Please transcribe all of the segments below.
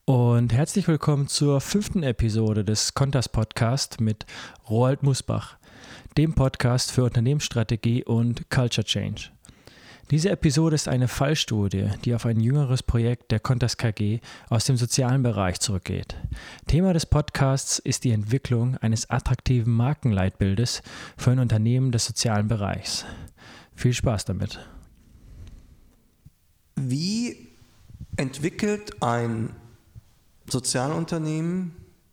Und herzlich willkommen zur 5. Episode des Contas Podcast mit Roald Musbach, dem Podcast für Unternehmensstrategie und Culture Change. Diese Episode ist eine Fallstudie, die auf ein jüngeres Projekt der Contas KG aus dem sozialen Bereich zurückgeht. Thema des Podcasts ist die Entwicklung eines attraktiven Markenleitbildes für ein Unternehmen des sozialen Bereichs. Viel Spaß damit. Wie entwickelt ein Sozialunternehmen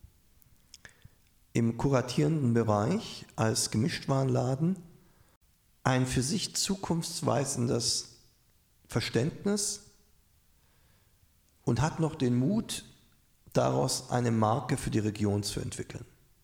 im kuratierenden Bereich als Gemischtwarenladen ein für sich zukunftsweisendes Verständnis und hat noch den Mut, daraus eine Marke für die Region zu entwickeln?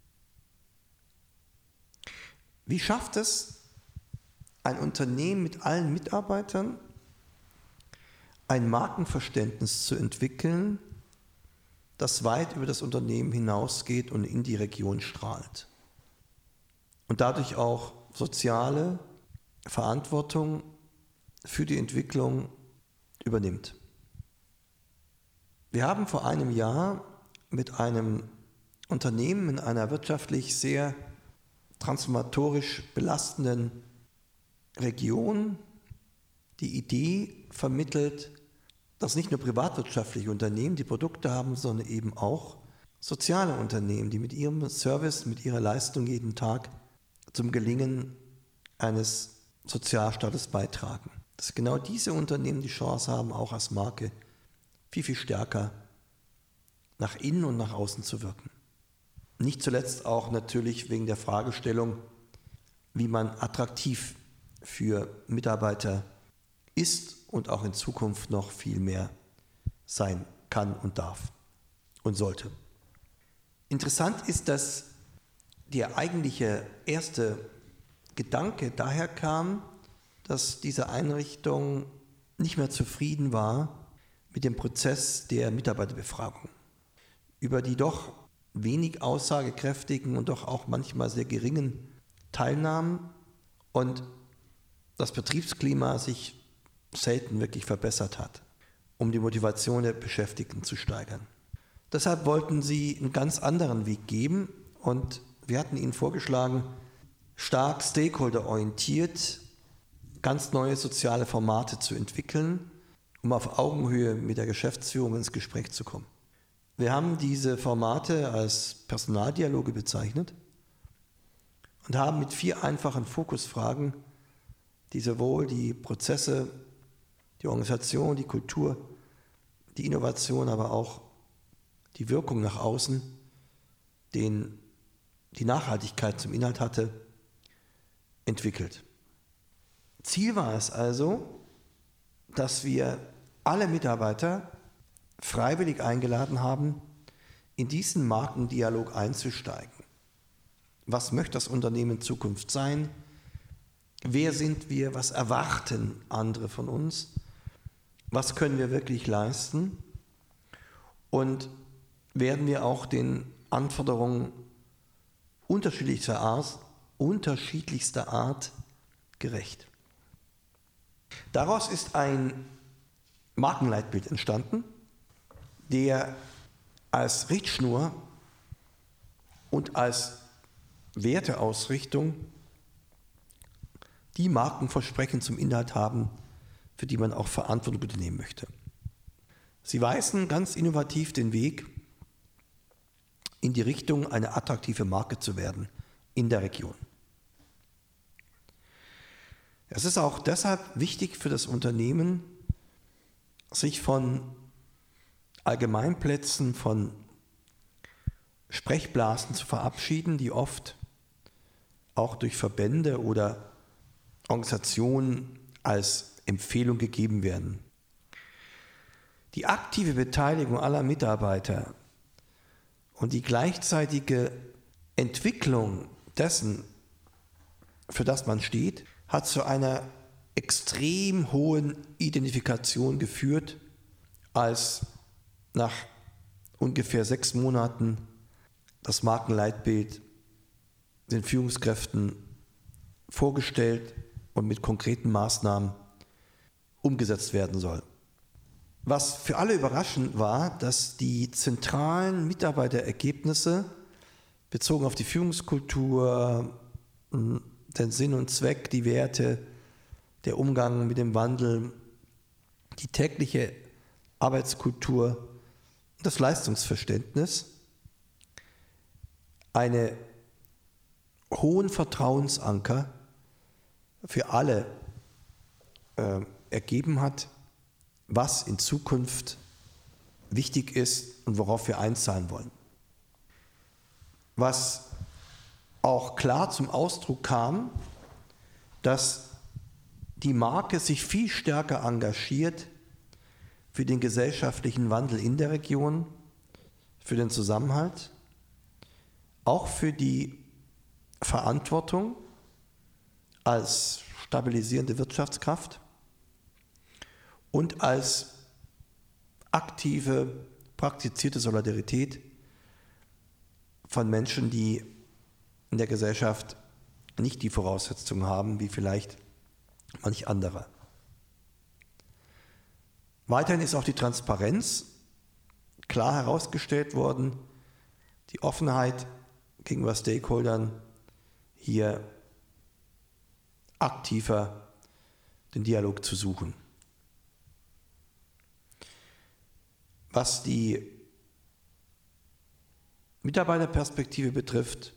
Wie schafft es ein Unternehmen mit allen Mitarbeitern, ein Markenverständnis zu entwickeln, das weit über das Unternehmen hinausgeht und in die Region strahlt und dadurch auch soziale Verantwortung für die Entwicklung übernimmt? Wir haben vor einem Jahr mit einem Unternehmen in einer wirtschaftlich sehr transformatorisch belastenden Region die Idee vermittelt, dass nicht nur privatwirtschaftliche Unternehmen die Produkte haben, sondern eben auch soziale Unternehmen, die mit ihrem Service, mit ihrer Leistung jeden Tag zum Gelingen eines Sozialstaates beitragen. Dass genau diese Unternehmen die Chance haben, auch als Marke viel, viel stärker nach innen und nach außen zu wirken. Nicht zuletzt auch natürlich wegen der Fragestellung, wie man attraktiv für Mitarbeiter ist und auch in Zukunft noch viel mehr sein kann und darf und sollte. Interessant ist, dass der eigentliche erste Gedanke daher kam, dass diese Einrichtung nicht mehr zufrieden war mit dem Prozess der Mitarbeiterbefragung. Über die doch wenig aussagekräftigen und doch auch manchmal sehr geringen Teilnahmen und das Betriebsklima sich selten wirklich verbessert hat, um die Motivation der Beschäftigten zu steigern. Deshalb wollten sie einen ganz anderen Weg gehen und wir hatten ihnen vorgeschlagen, stark stakeholderorientiert ganz neue soziale Formate zu entwickeln, um auf Augenhöhe mit der Geschäftsführung ins Gespräch zu kommen. Wir haben diese Formate als Personaldialoge bezeichnet und haben mit 4 einfachen Fokusfragen, die sowohl die Prozesse, die Organisation, die Kultur, die Innovation, aber auch die Wirkung nach außen, die Nachhaltigkeit zum Inhalt hatte, entwickelt. Ziel war es also, dass wir alle Mitarbeiter freiwillig eingeladen haben, in diesen Markendialog einzusteigen. Was möchte das Unternehmen in Zukunft sein? Wer sind wir? Was erwarten andere von uns? Was können wir wirklich leisten? Und werden wir auch den Anforderungen unterschiedlichster Art gerecht? Daraus ist ein Markenleitbild entstanden, der als Richtschnur und als Werteausrichtung die Markenversprechen zum Inhalt haben, für die man auch Verantwortung übernehmen möchte. Sie weisen ganz innovativ den Weg in die Richtung, eine attraktive Marke zu werden in der Region. Es ist auch deshalb wichtig für das Unternehmen, sich von Allgemeinplätzen, von Sprechblasen zu verabschieden, die oft auch durch Verbände oder Organisationen als Empfehlung gegeben werden. Die aktive Beteiligung aller Mitarbeiter und die gleichzeitige Entwicklung dessen, für das man steht, hat zu einer extrem hohen Identifikation geführt, als nach ungefähr 6 Monaten das Markenleitbild den Führungskräften vorgestellt und mit konkreten Maßnahmen umgesetzt werden soll. Was für alle überraschend war, dass die zentralen Mitarbeiterergebnisse bezogen auf die Führungskultur, den Sinn und Zweck, die Werte, der Umgang mit dem Wandel, die tägliche Arbeitskultur, das Leistungsverständnis einen hohen Vertrauensanker für alle ergeben hat, was in Zukunft wichtig ist und worauf wir einzahlen wollen. Was auch klar zum Ausdruck kam, dass die Marke sich viel stärker engagiert für den gesellschaftlichen Wandel in der Region, für den Zusammenhalt, auch für die Verantwortung als stabilisierende Wirtschaftskraft und als aktive, praktizierte Solidarität von Menschen, die in der Gesellschaft nicht die Voraussetzungen haben, wie vielleicht manch anderer. Weiterhin ist auch die Transparenz klar herausgestellt worden, die Offenheit gegenüber Stakeholdern, hier aktiver den Dialog zu suchen. Was die Mitarbeiterperspektive betrifft,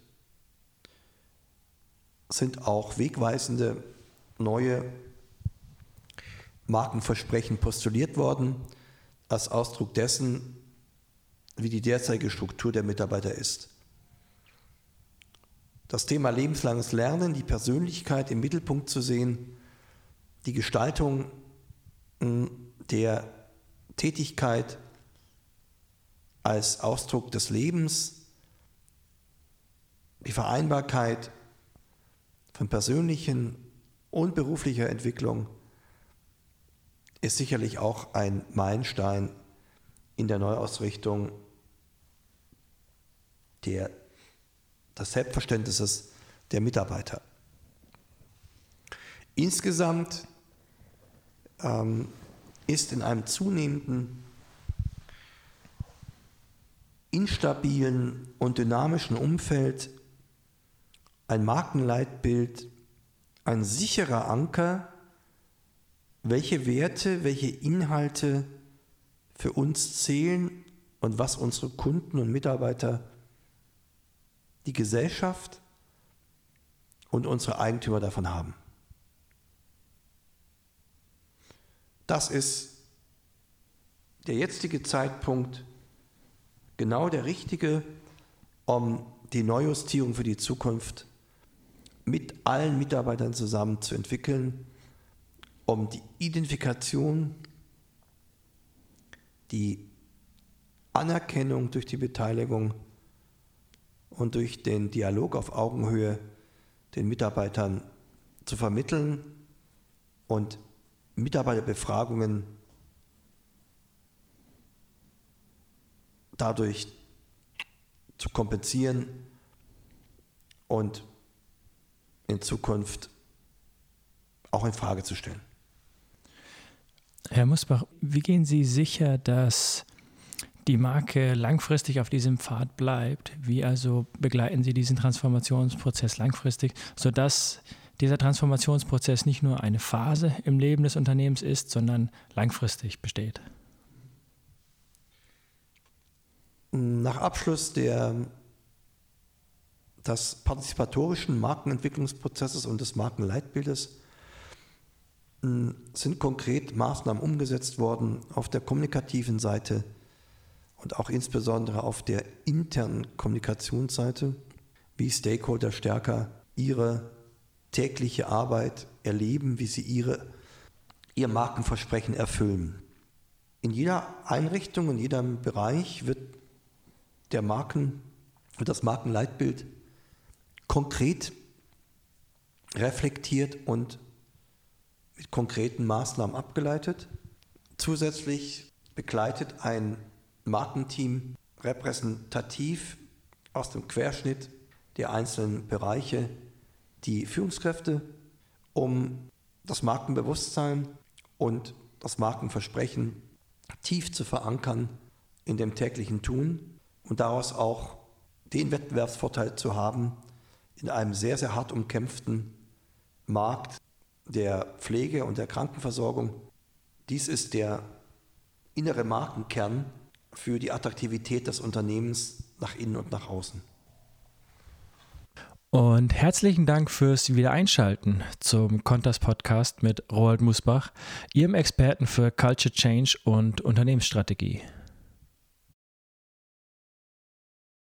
sind auch wegweisende neue Markenversprechen postuliert worden, als Ausdruck dessen, wie die derzeitige Struktur der Mitarbeiter ist. Das Thema lebenslanges Lernen, die Persönlichkeit im Mittelpunkt zu sehen, die Gestaltung der Tätigkeit als Ausdruck des Lebens, die Vereinbarkeit von persönlichen und beruflicher Entwicklung ist sicherlich auch ein Meilenstein in der Neuausrichtung des Selbstverständnisses der Mitarbeiter. Insgesamt ist in einem zunehmenden instabilen und dynamischen Umfeld ein Markenleitbild ein sicherer Anker, welche Werte, welche Inhalte für uns zählen und was unsere Kunden und Mitarbeiter, die Gesellschaft und unsere Eigentümer davon haben. Das ist der jetzige Zeitpunkt, genau der richtige, um die Neujustierung für die Zukunft mit allen Mitarbeitern zusammen zu entwickeln, um die Identifikation, die Anerkennung durch die Beteiligung und durch den Dialog auf Augenhöhe den Mitarbeitern zu vermitteln und Mitarbeiterbefragungen dadurch zu kompensieren und in Zukunft auch in Frage zu stellen. Herr Musbach, wie gehen Sie sicher, dass die Marke langfristig auf diesem Pfad bleibt? Wie also begleiten Sie diesen Transformationsprozess langfristig, sodass dieser Transformationsprozess nicht nur eine Phase im Leben des Unternehmens ist, sondern langfristig besteht? Nach Abschluss des partizipatorischen Markenentwicklungsprozesses und des Markenleitbildes sind konkret Maßnahmen umgesetzt worden auf der kommunikativen Seite und auch insbesondere auf der internen Kommunikationsseite, wie Stakeholder stärker ihre tägliche Arbeit erleben, wie sie ihr Markenversprechen erfüllen. In jeder Einrichtung, in jedem Bereich wird das Markenleitbild konkret reflektiert und mit konkreten Maßnahmen abgeleitet. Zusätzlich begleitet ein Markenteam repräsentativ aus dem Querschnitt der einzelnen Bereiche die Führungskräfte, um das Markenbewusstsein und das Markenversprechen tief zu verankern in dem täglichen Tun und daraus auch den Wettbewerbsvorteil zu haben in einem sehr, sehr hart umkämpften Markt der Pflege und der Krankenversorgung. Dies ist der innere Markenkern für die Attraktivität des Unternehmens nach innen und nach außen. Und herzlichen Dank fürs Wiedereinschalten zum Contas Podcast mit Roald Musbach, Ihrem Experten für Culture Change und Unternehmensstrategie.